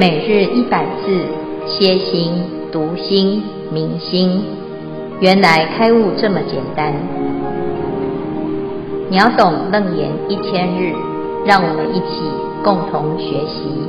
每日100字，歇心、读心、明心，原来开悟这么简单。秒懂楞严1000日，让我们一起共同学习。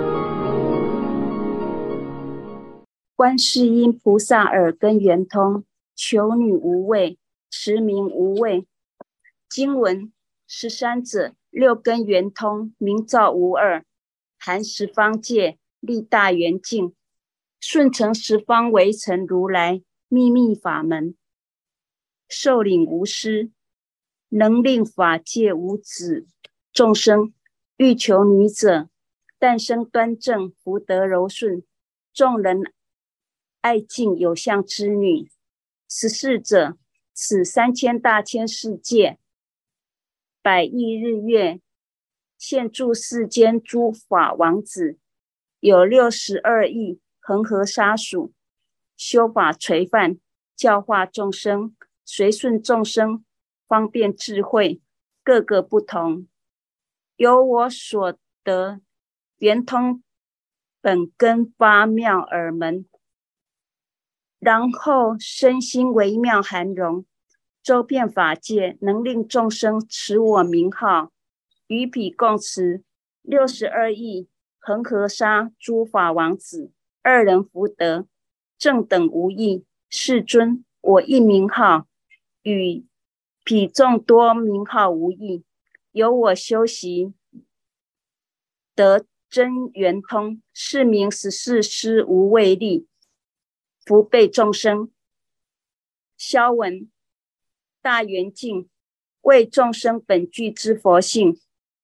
观世音菩萨耳根圆通，求女无畏，持名无畏。经文13者，六根圆通，明照无二，含十方界，立大圆镜，顺承十方围城如来秘密法门，受领无失，能令法界无子众生欲求女者，诞生端正，福德柔顺，众人爱敬有相之女。14者，此3000大千世界，百亿日月，现住世间诸法王子，有62亿恒河沙数，修法垂范，教化众生，随顺众生，方便智慧，各个不同。由我所得圆通本根发妙耳门，然后身心微妙含容，周遍法界，能令众生持我名号，与彼共持62亿恒河沙诸法王子，二人福德，正等无异。世尊，我一名号与彼众多名号无异，由我修习得真圆通，是名14施无畏力，福备众生。消文大圆镜，为众生本具之佛性，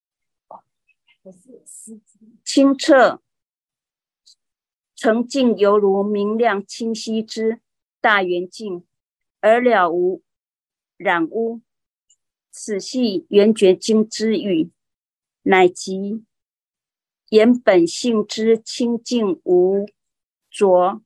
清澈澄净，犹如明亮清晰之大圆镜，而了无染污。此系圆觉经之语，乃即言本性之清净无浊，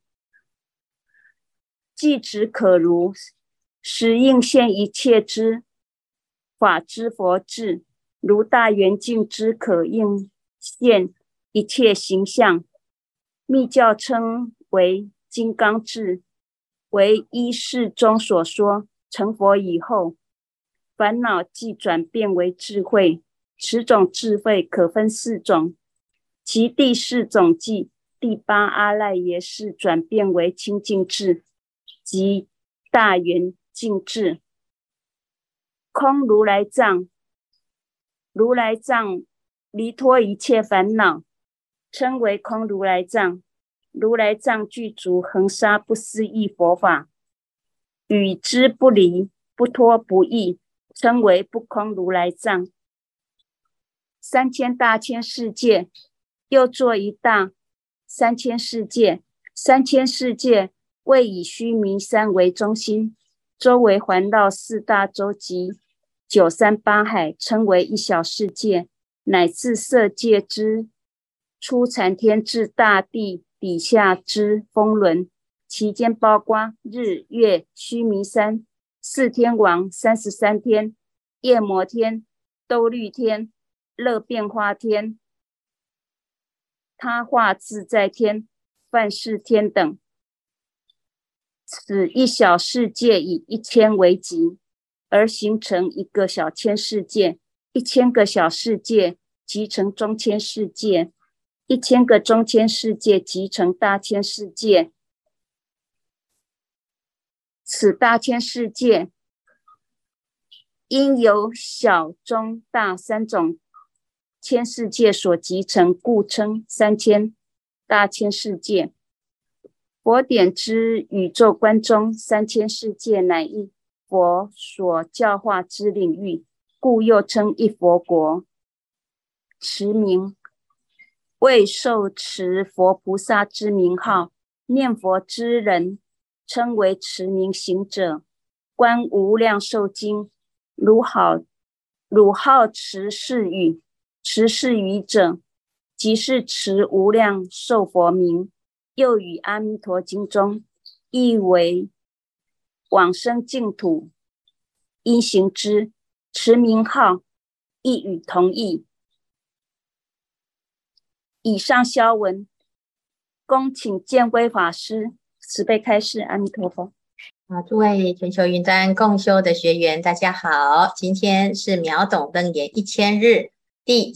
即指可如，实应现一切之法之佛智，如大圆镜之可应现一切形象。密教称为金刚智，为依世中所说，成佛以后，烦恼即转变为智慧。此种智慧可分4种，其第4种即第8阿赖耶识转变为清净智，即大圆净智。空如来藏，如来藏离脱一切烦恼，称为空如来藏。如来藏具足恒沙不思议佛法，与之不离，不脱不异，称为不空如来藏。3000大千世界，又作一大3000世界。3000世界为以须弥山为中心，周围环绕4大洲及9山8海，称为一小世界，乃至色界之初禅天至大地底下之风轮，其间包括日月须弥山、4天王、33天、夜摩天、兜率天、乐变化天、他化自在天、梵世天等。此一小世界以1000为极，而形成一个小千世界，1000个小世界集成中千世界，1000个中千世界集成大千世界。此大千世界因由小中大3种千世界所集成，故称3000大千世界。佛典之宇宙观中，3000世界乃一佛所教化之领域，故又称一佛国。持名为受持佛菩萨之名号，念佛之人称为持名行者。观无量寿经，汝好持是语，持是语者，即是持无量寿佛名。又与阿弥陀经中译为往生净土因行之，持名号亦与同义。以上消文恭请建辉法师慈悲开示。阿弥陀佛。 诸位全球云端共修的学员，大家好，今天是秒懂楞严1000日第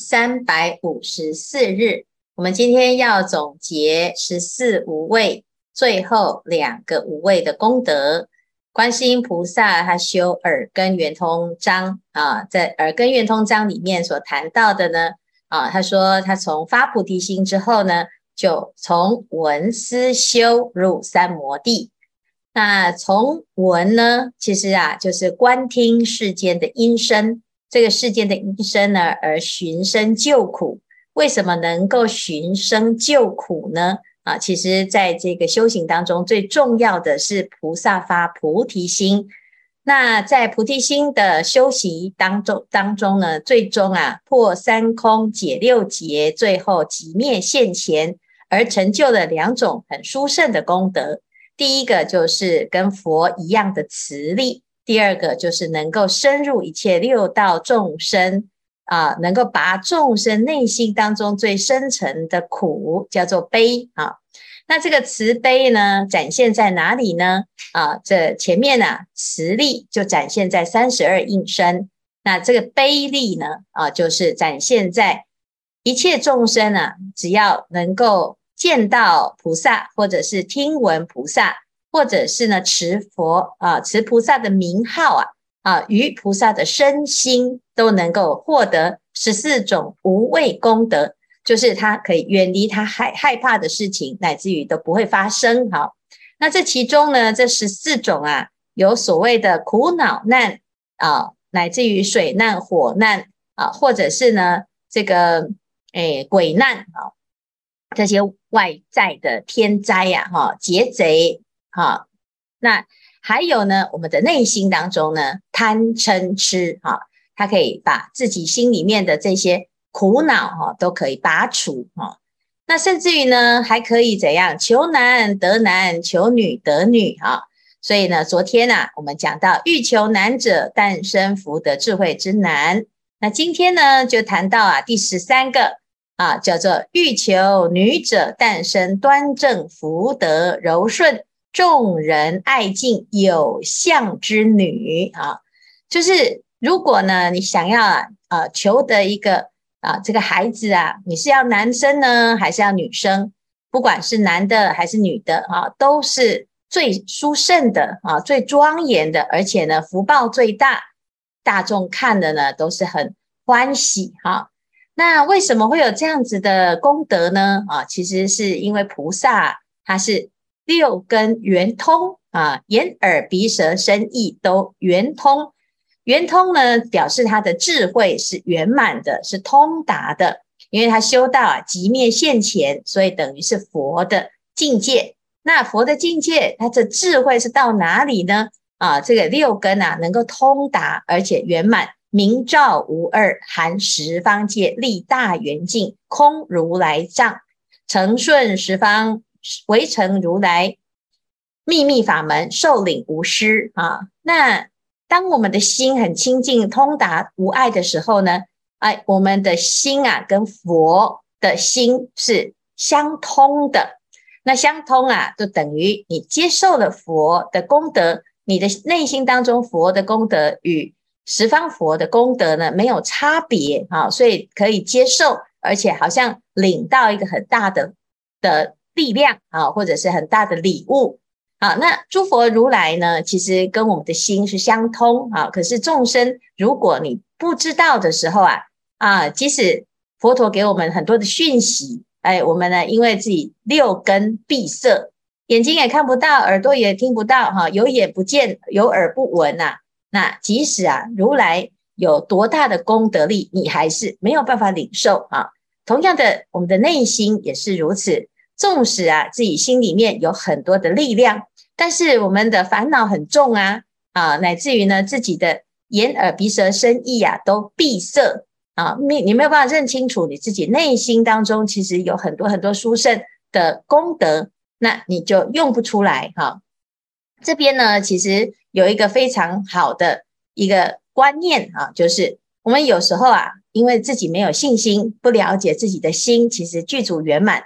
354日，我们今天要总结14无畏，最后2个无畏的功德。观世音菩萨他修耳根圆通章在耳根圆通章里面所谈到的呢他说他从发菩提心之后呢，就从闻思修入三摩地。那从闻呢，其实就是观听世间的音声，这个世间的音声呢，而寻声救苦。为什么能够寻声救苦呢？其实在这个修行当中，最重要的是菩萨发菩提心。那在菩提心的修习当中呢，最终破三空解六劫，最后寂灭现前，而成就了2种很殊胜的功德。第一个就是跟佛一样的慈力，第二个就是能够深入一切六道众生能够把众生内心当中最深层的苦叫做悲那这个慈悲呢，展现在哪里呢？这前面慈力就展现在32应身，那这个悲力呢就是展现在一切众生只要能够见到菩萨，或者是听闻菩萨，或者是呢持菩萨的名号与菩萨的身心都能够获得14种无畏功德，就是他可以远离他害怕的事情，乃至于都不会发生。好，那这其中呢，这14种有所谓的苦恼难乃至于水难、火难或者是呢这个鬼难这些外在的天灾劫贼那还有呢，我们的内心当中呢，贪嗔痴它可以把自己心里面的这些苦恼都可以拔除那甚至于呢，还可以怎样？求男得男，求女得女所以呢，昨天我们讲到欲求男者，但生福德智慧之男。那今天呢，就谈到第13个叫做欲求女者，但生端正福德柔顺众人爱敬有相之女就是如果呢你想要求得一个这个孩子你是要男生呢还是要女生，不管是男的还是女的都是最殊胜的最庄严的，而且呢福报最大，大众看的呢都是很欢喜那为什么会有这样子的功德呢其实是因为菩萨他是6根圆通眼耳鼻舌身意都圆通。圆通呢表示他的智慧是圆满的，是通达的，因为他修到寂灭现前，所以等于是佛的境界。那佛的境界他的智慧是到哪里呢这个6根能够通达而且圆满，明照无二，含十方界，立大圆镜，空如来藏，承顺十方，围成如来秘密法门，受领无失那当我们的心很清净通达无碍的时候呢我们的心跟佛的心是相通的。那相通就等于你接受了佛的功德，你的内心当中佛的功德与十方佛的功德呢没有差别所以可以接受，而且好像领到一个很大的力量或者是很大的礼物那诸佛如来呢其实跟我们的心是相通可是众生如果你不知道的时候即使佛陀给我们很多的讯息我们呢因为自己6根闭塞，眼睛也看不到，耳朵也听不到有眼不见，有耳不闻那即使如来有多大的功德力，你还是没有办法领受同样的我们的内心也是如此，纵使自己心里面有很多的力量，但是我们的烦恼很重乃至于呢自己的眼耳鼻舌身意都闭塞你没有办法认清楚你自己内心当中其实有很多很多殊胜的功德，那你就用不出来这边呢其实有一个非常好的一个观念就是我们有时候因为自己没有信心，不了解自己的心其实具足圆满，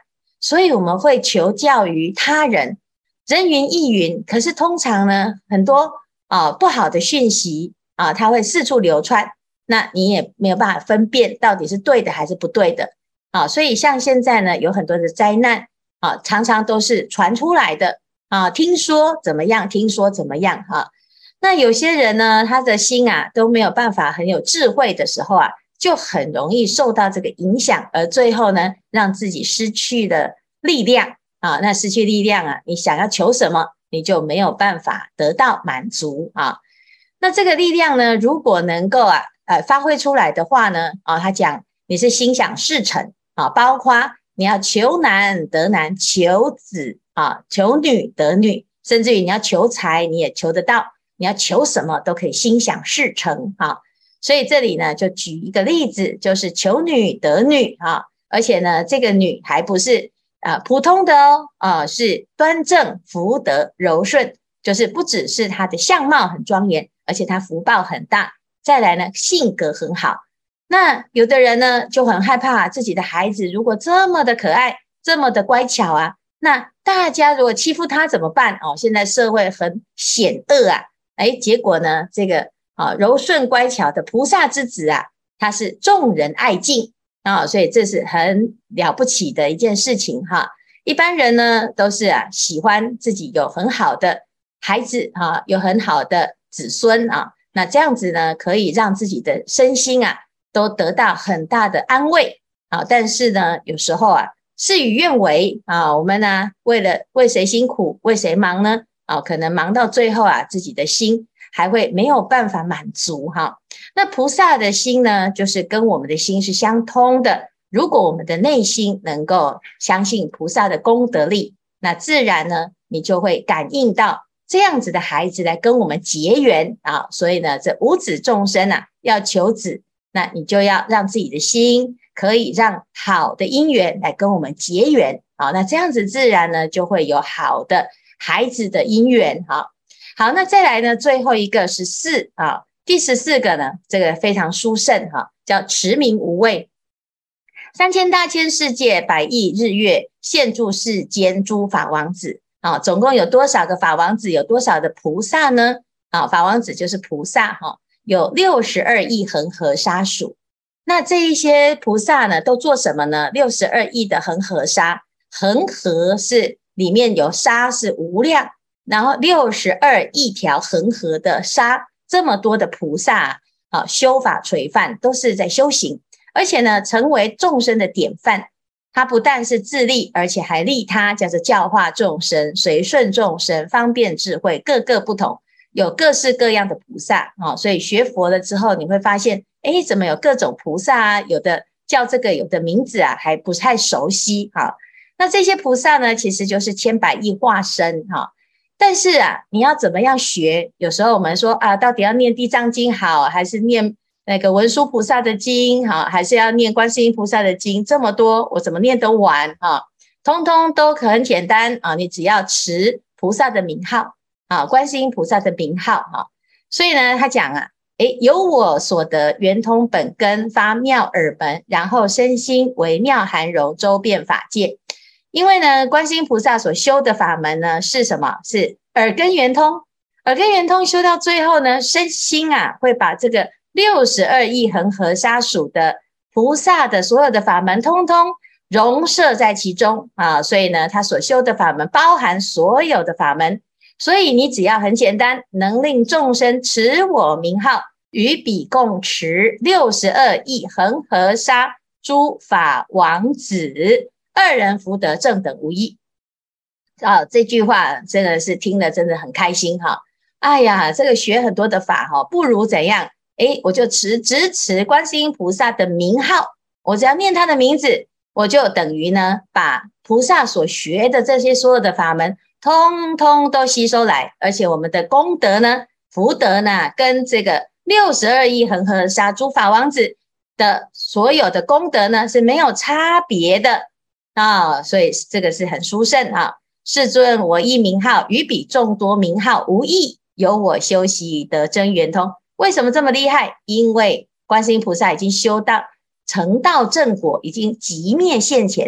所以我们会求教于他人，人云亦云。可是通常呢，很多不好的讯息它会四处流传，那你也没有办法分辨到底是对的还是不对的所以像现在呢，有很多的灾难常常都是传出来的听说怎么样，听说怎么样那有些人呢，他的心都没有办法很有智慧的时候就很容易受到这个影响，而最后呢，让自己失去了力量那失去力量你想要求什么，你就没有办法得到满足那这个力量呢，如果能够发挥出来的话呢他讲你是心想事成包括你要求男得男，求子求女得女，甚至于你要求财你也求得到，你要求什么都可以心想事成所以这里呢就举一个例子，就是求女得女而且呢这个女还不是普通的是端正福德柔顺，就是不只是她的相貌很庄严，而且她福报很大，再来呢性格很好。那有的人呢就很害怕自己的孩子如果这么的可爱，这么的乖巧那大家如果欺负他怎么办现在社会很险恶结果呢这个柔顺乖巧的菩萨之子他是众人爱敬所以这是很了不起的一件事情一般人呢都是喜欢自己有很好的孩子有很好的子孙那这样子呢可以让自己的身心都得到很大的安慰但是呢有时候事与愿违我们呢为谁辛苦为谁忙呢可能忙到最后自己的心还会没有办法满足那菩萨的心呢就是跟我们的心是相通的，如果我们的内心能够相信菩萨的功德力，那自然呢你就会感应到这样子的孩子来跟我们结缘所以呢这无子众生要求子，那你就要让自己的心可以让好的因缘来跟我们结缘那这样子自然呢就会有好的孩子的因缘好，那再来呢最后一个14第14个呢这个非常殊胜叫持名无畏。3000大千世界百亿日月现住世间诸法王子总共有多少个法王子，有多少的菩萨呢法王子就是菩萨有62亿恒河沙数。那这一些菩萨呢都做什么呢？62亿的恒河沙，恒河是里面有沙是无量，然后62亿条恒河的沙，这么多的菩萨修法垂范都是在修行，而且呢成为众生的典范。他不但是自利，而且还利他，叫做教化众生，随顺众生，方便智慧，各个不同，有各式各样的菩萨所以学佛了之后你会发现怎么有各种菩萨有的叫这个，有的名字还不太熟悉那这些菩萨呢其实就是千百亿化身但是你要怎么样学？有时候我们说到底要念地藏经好，还是念那个文殊菩萨的经还是要念观世音菩萨的经？这么多我怎么念都完通通都很简单你只要持菩萨的名号观世音菩萨的名号所以呢他讲由我所得圆通本根发妙耳门，然后身心为妙含容周遍法界。因为呢观世音菩萨所修的法门呢是什么？是耳根圆通。耳根圆通修到最后呢，身心会把这个62亿恒河沙数的菩萨的所有的法门通通融摄在其中所以呢他所修的法门包含所有的法门。所以你只要很简单，能令众生持我名号，与彼共持62亿恒河沙诸法王子，二人福德正等无异这句话真的是听了真的很开心哎呀，这个学很多的法不如怎样我就只持观世音菩萨的名号，我只要念他的名字，我就等于呢把菩萨所学的这些所有的法门通通都吸收来，而且我们的功德呢福德呢跟这个62亿恒河沙诸法王子的所有的功德呢是没有差别的所以这个是很殊胜世尊我一名号，与彼众多名号无异，由我修习得真圆通。为什么这么厉害？因为观世音菩萨已经修到成道正果，已经寂灭现前，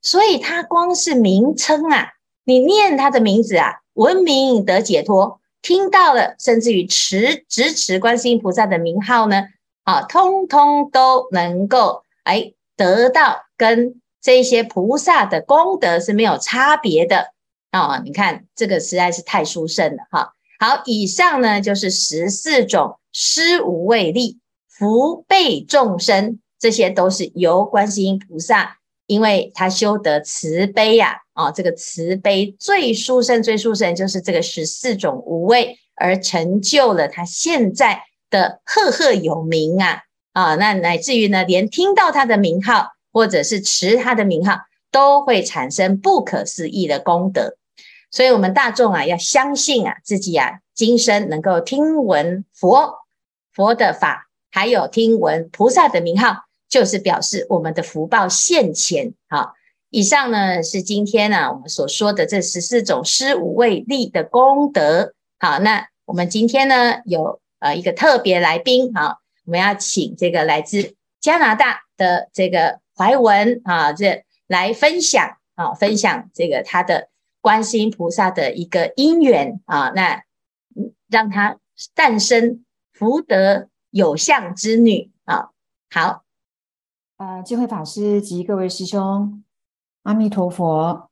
所以它光是名称啊，你念它的名字啊，闻名得解脱，听到了，甚至于直持观世音菩萨的名号呢，通通都能够得到跟这些菩萨的功德是没有差别的你看这个实在是太殊胜了哈。好，以上呢就是14种施无畏力、福备众生，这些都是由观世音菩萨，因为他修得慈悲这个慈悲最殊胜就是这个14种无畏，而成就了他现在的赫赫有名那乃至于呢，连听到他的名号或者是持他的名号，都会产生不可思议的功德。所以我们大众要相信自己今生能够听闻佛的法，还有听闻菩萨的名号，就是表示我们的福报现前。好，以上呢是今天我们所说的这14种施无畏力的功德。好，那我们今天呢有一个特别来宾，好，我们要请这个来自加拿大的这个怀文这来分享这个他的观世音菩萨的一个因缘那让他诞生福德有相之女好， 智慧法师及各位师兄，阿弥陀佛。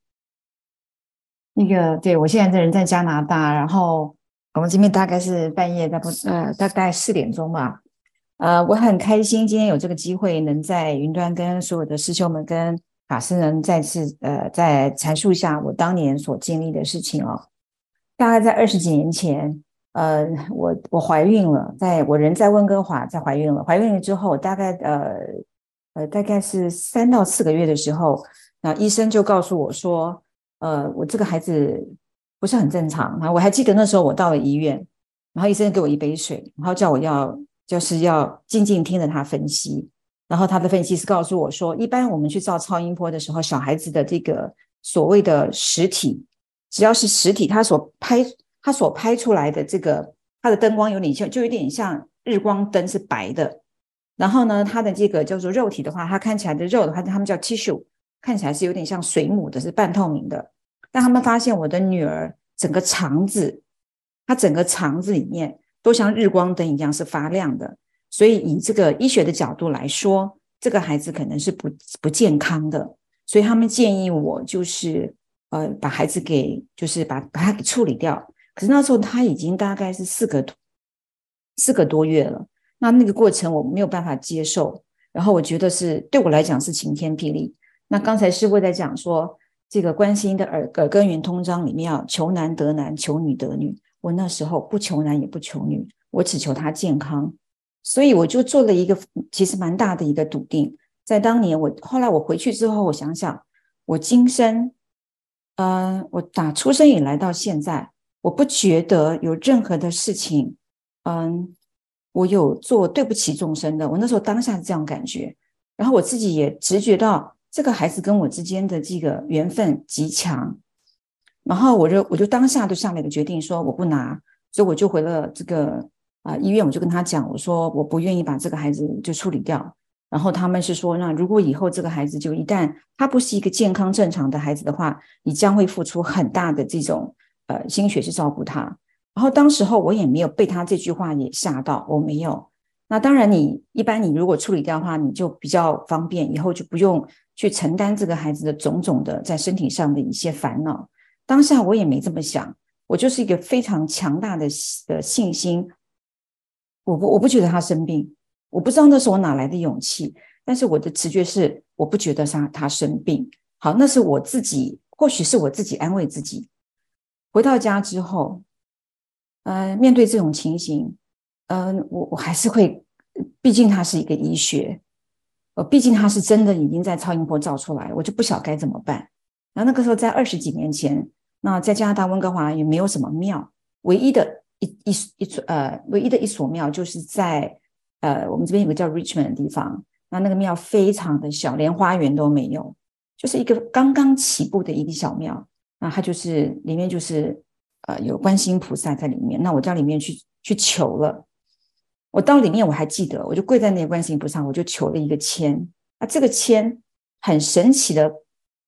对，我现在的人在加拿大，然后我们这边大概是半夜大概4点钟吧。我很开心今天有这个机会，能在云端跟所有的师兄们跟法师能再次再阐述一下我当年所经历的事情大概在20几年前，我怀孕了，我人在温哥华，怀孕了之后，大概是3到4个月的时候，那医生就告诉我说，我这个孩子不是很正常。我还记得那时候我到了医院，然后医生给我一杯水，然后叫我就是要静静听着他分析。然后他的分析是告诉我说，一般我们去照超音波的时候，小孩子的这个所谓的实体，只要是实体，他所拍出来的这个他的灯光有点像日光灯是白的。然后呢，他的这个叫做肉体的话，他看起来的肉的话，他们叫 tissue， 看起来是有点像水母的，是半透明的。但他们发现我的女儿整个肠子里面都像日光灯一样是发亮的。所以以这个医学的角度来说，这个孩子可能是不健康的，所以他们建议我就是把孩子就是把他给处理掉。可是那时候他已经大概是4个多月了，那个过程我没有办法接受，然后我觉得对我来讲是晴天霹雳。那刚才师父在讲说，这个观世音的耳根圆通章里面要求男得男，求女得女。我那时候不求男也不求女，我只求他健康。所以我就做了一个其实蛮大的一个笃定。在当年后来我回去之后，我想想我今生我打出生以来到现在，我不觉得有任何的事情我有做对不起众生的。我那时候当下是这样感觉，然后我自己也直觉到这个孩子跟我之间的这个缘分极强，然后我就当下就下了一个决定，说我不拿。所以我就回了这个医院，我就跟他讲，我说我不愿意把这个孩子就处理掉。然后他们是说，那如果以后这个孩子就一旦他不是一个健康正常的孩子的话，你将会付出很大的这种心血去照顾他。然后当时候我也没有被他这句话也吓到，我没有。那当然一般你如果处理掉的话，你就比较方便，以后就不用去承担这个孩子的种种的在身体上的一些烦恼。当下我也没这么想，我就是一个非常强大的信心。我不觉得他生病，我不知道那是我哪来的勇气，但是我的直觉是我不觉得他生病。好，那是我自己，或许是我自己安慰自己。回到家之后面对这种情形我还是会，毕竟它是一个医学毕竟它是真的已经在超音波照出来，我就不晓该怎么办。然后那个时候在20几年前，那在加拿大温哥华也没有什么庙，唯一的一所庙就是在我们这边有个叫 Richmond 的地方，那个庙非常的小，连花园都没有，就是一个刚刚起步的一个小庙。那它就是里面就是有观世音菩萨在里面。那我到里面去求了，我到里面我还记得，我就跪在那个观世音菩萨，我就求了一个签。那这个签很神奇的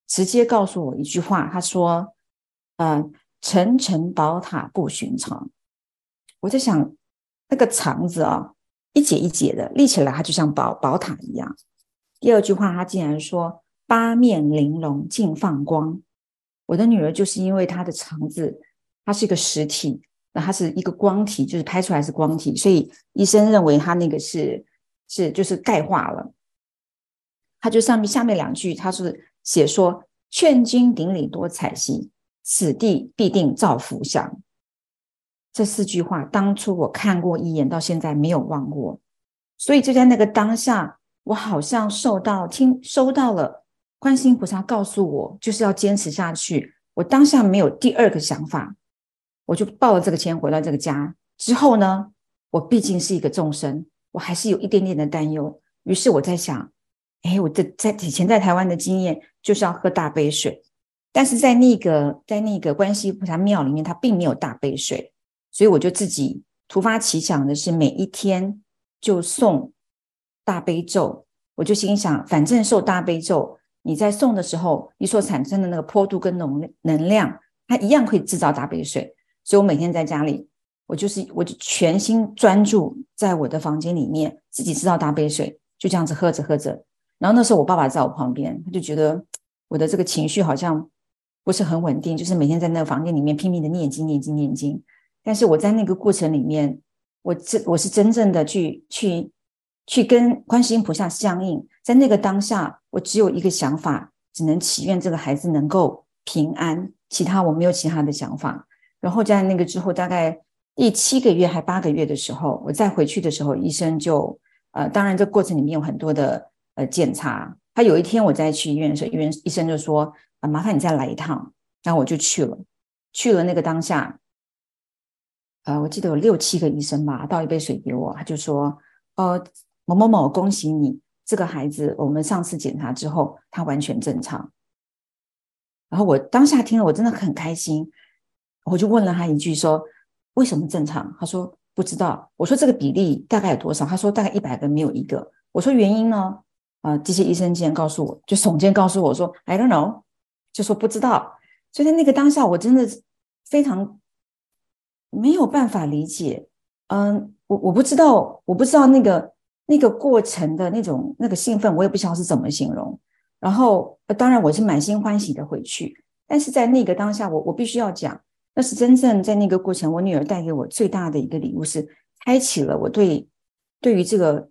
直接告诉我一句话，他说层层宝塔不寻常。我在想那个肠子啊，一节一节的立起来，它就像宝塔一样。第二句话他竟然说八面玲珑尽放光。我的女儿就是因为她的肠子它是一个实体，那它是一个光体，就是拍出来是光体，所以医生认为她那个就是钙化了。他就下面两句他是写说劝君顶礼多采撷，此地必定造福祥。这4句话当初我看过一眼，到现在没有忘过。所以就在那个当下，我好像收到了观世音菩萨告诉我就是要坚持下去。我当下没有第二个想法，我就报了这个签回到这个家。之后呢，我毕竟是一个众生，我还是有一点点的担忧。于是我在想，我以前在台湾的经验就是要喝大杯水，但是在那个观世音菩萨庙里面，它并没有大杯水，所以我就自己突发奇想的是每一天就诵大悲咒。我就心想，反正诵大悲咒，你在诵的时候，你所产生的那个波度跟能量，它一样会制造大杯水。所以我每天在家里，我就全心专注在我的房间里面，自己制造大杯水，就这样子喝着喝着。然后那时候我爸爸在我旁边，他就觉得我的这个情绪好像不是很稳定，就是每天在那个房间里面拼命的念经。但是我在那个过程里面，我是真正的去跟观世音菩萨相应。在那个当下，我只有一个想法，只能祈愿这个孩子能够平安，其他我没有其他的想法。然后在那个之后，大概第7个月还8个月的时候，我再回去的时候，医生就当然这过程里面有很多的检查。他有一天我再去医院的时候，医生就说麻烦你再来一趟。然后我就去了那个当下我记得有6、7个医生吧，倒一杯水给我，他就说某某某，恭喜你，这个孩子我们上次检查之后他完全正常。然后我当下听了我真的很开心，我就问了他一句说为什么正常？他说不知道。我说这个比例大概有多少？他说大概100个没有1个。我说原因呢？这些医生竟然告诉我，就耸肩告诉我说 I don't know， 就说不知道。所以在那个当下我真的非常没有办法理解。我不知道那个过程的那个兴奋，我也不晓得是怎么形容。然后当然我是满心欢喜的回去，但是在那个当下我必须要讲，那是真正在那个过程，我女儿带给我最大的一个礼物，是开启了我对于这个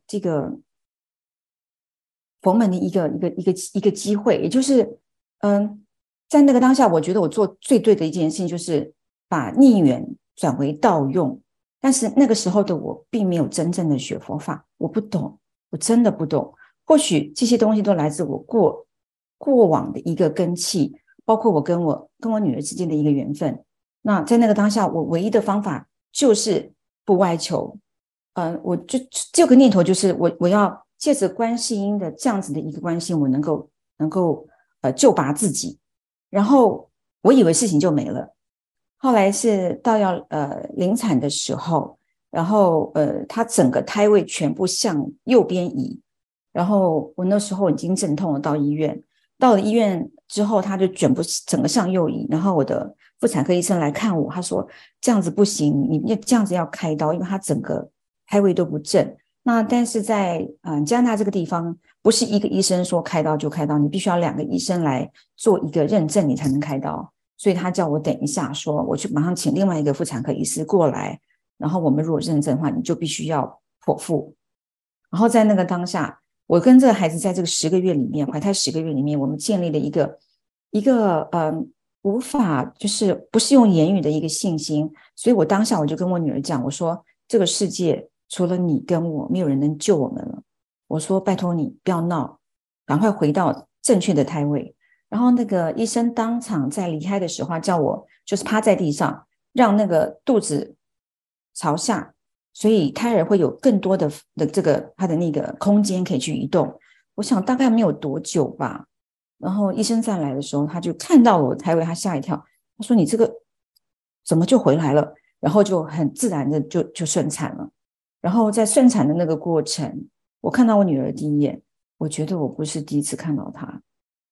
佛门的一个机会。也就是在那个当下，我觉得我做最对的一件事情就是把逆缘转为道用。但是那个时候的我并没有真正的学佛法，我不懂，我真的不懂。或许这些东西都来自我过往的一个根器，包括我跟我女儿之间的一个缘分。那在那个当下，我唯一的方法就是不外求。我就这个念头就是我要借着观世音的这样子的一个观世音，我能够救拔自己。然后我以为事情就没了。后来是到要临产的时候，然后他整个胎位全部向右边移。然后我那时候已经阵痛了，到了医院之后，他就全部整个向右移。然后我的妇产科医生来看我，他说这样子不行，你这样子要开刀，因为他整个胎位都不正。那但是在加拿大这个地方，不是一个医生说开刀就开刀，你必须要2个医生来做一个认证，你才能开刀。所以他叫我等一下，说我去马上请另外一个妇产科医师过来，然后我们如果认证的话，你就必须要剖腹。然后在那个当下，我跟这个孩子在这个10个月里面，怀胎10个月里面，我们建立了一个无法就是不是用言语的一个信心。所以我当下我就跟我女儿讲，我说这个世界除了你跟我，没有人能救我们了。我说拜托你不要闹，赶快回到正确的胎位。然后那个医生当场在离开的时候叫我就是趴在地上，让那个肚子朝下，所以胎儿会有更多的这个他的那个空间可以去移动。我想大概没有多久吧，然后医生再来的时候，他就看到我胎位，他吓一跳，他说你这个怎么就回来了？然后就很自然的就顺产了。然后在顺产的那个过程，我看到我女儿第一眼，我觉得我不是第一次看到她。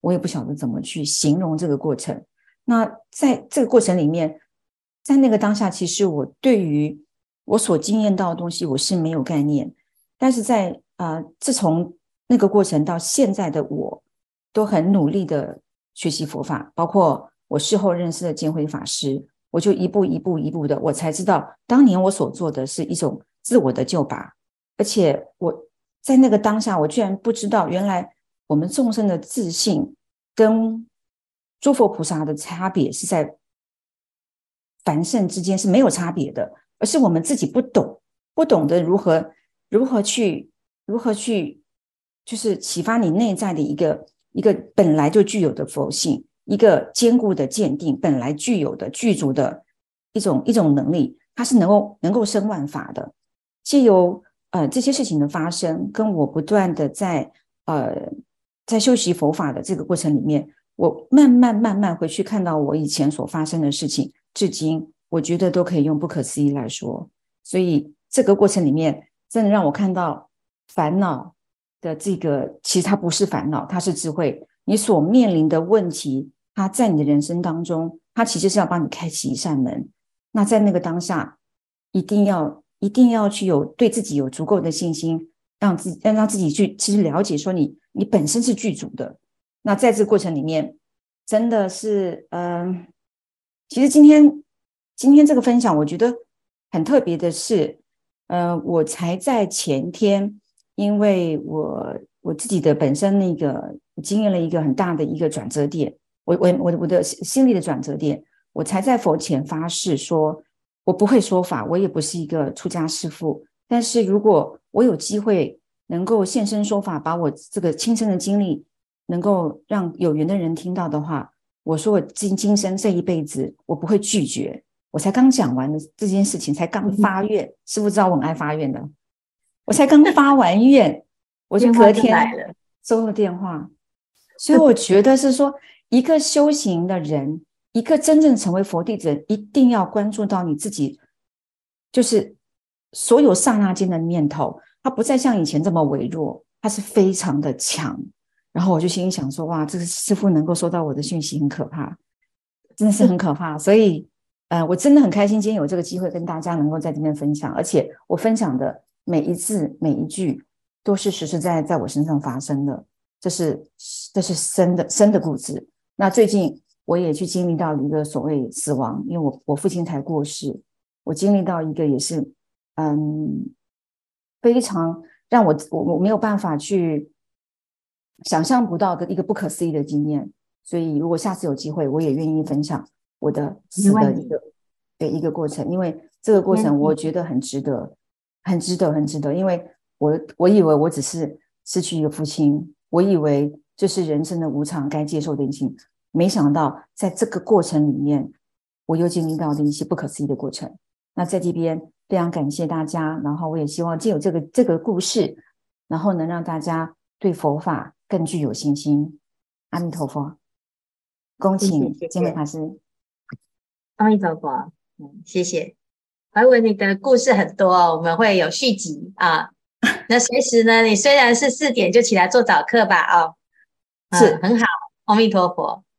我也不晓得怎么去形容这个过程。那在这个过程里面，在那个当下，其实我对于我所经验到的东西我是没有概念，但是自从那个过程到现在的我都很努力的学习佛法，包括我事后认识的见辉法师，我就一步一步的，我才知道当年我所做的是一种自我的救拔，而且我在那个当下我居然不知道原来我们众生的自信跟诸佛菩萨的差别是在凡圣之间是没有差别的，而是我们自己不懂得如何去就是启发你内在的一个本来就具有的佛性，一个坚固的坚定本来具有的具足的一种能力，它是能够生万法的。藉由这些事情的发生，跟我不断的在修习佛法的这个过程里面，我慢慢回去看到我以前所发生的事情，至今我觉得都可以用不可思议来说。所以这个过程里面真的让我看到烦恼的这个其实它不是烦恼，它是智慧。你所面临的问题，它在你的人生当中，它其实是要帮你开启一扇门。那在那个当下一定要去对自己有足够的信心，让自己去其实了解说你本身是具足的。那在这个过程里面真的是其实今天这个分享我觉得很特别的是我才在前天，因为我自己的本身那个经验了一个很大的一个转折点，我的心理的转折点，我才在佛前发誓说我不会说法，我也不是一个出家师父，但是如果我有机会能够现身说法，把我这个亲身的经历能够让有缘的人听到的话，我说我今生这一辈子我不会拒绝。我才刚讲完的这件事情，才刚发愿，师父知道我很爱发愿的，我才刚发完愿，我就隔天收了电话。所以我觉得是说，一个修行的人，一个真正成为佛弟子，一定要关注到你自己，就是所有刹那间的念头，它不再像以前这么微弱，它是非常的强。然后我就心里想说，哇，这个师父能够收到我的讯息很可怕，真的是很可怕。所以我真的很开心今天有这个机会跟大家能够在这边分享，而且我分享的每一字每一句都是实实在在我身上发生的，这是生的故事。那最近我也去经历到一个所谓死亡，因为我父亲才过世，我经历到一个也是非常让我没有办法去想象不到的一个不可思议的经验。所以如果下次有机会，我也愿意分享我的死的一个过程，因为这个过程我觉得很值得，很值得。因为我以为我只是失去一个父亲，我以为这是人生的无常该接受的事情，没想到在这个过程里面，我又经历到了一些不可思议的过程。那在这边非常感谢大家，然后我也希望借有这个故事，然后能让大家对佛法更具有信心。阿弥陀佛。恭请建慧法师。 阿弥陀佛。谢谢。我还以为你的故事很多我们会有续集啊。那随时呢，你虽然是4点就起来做早课吧是很好。阿弥陀佛。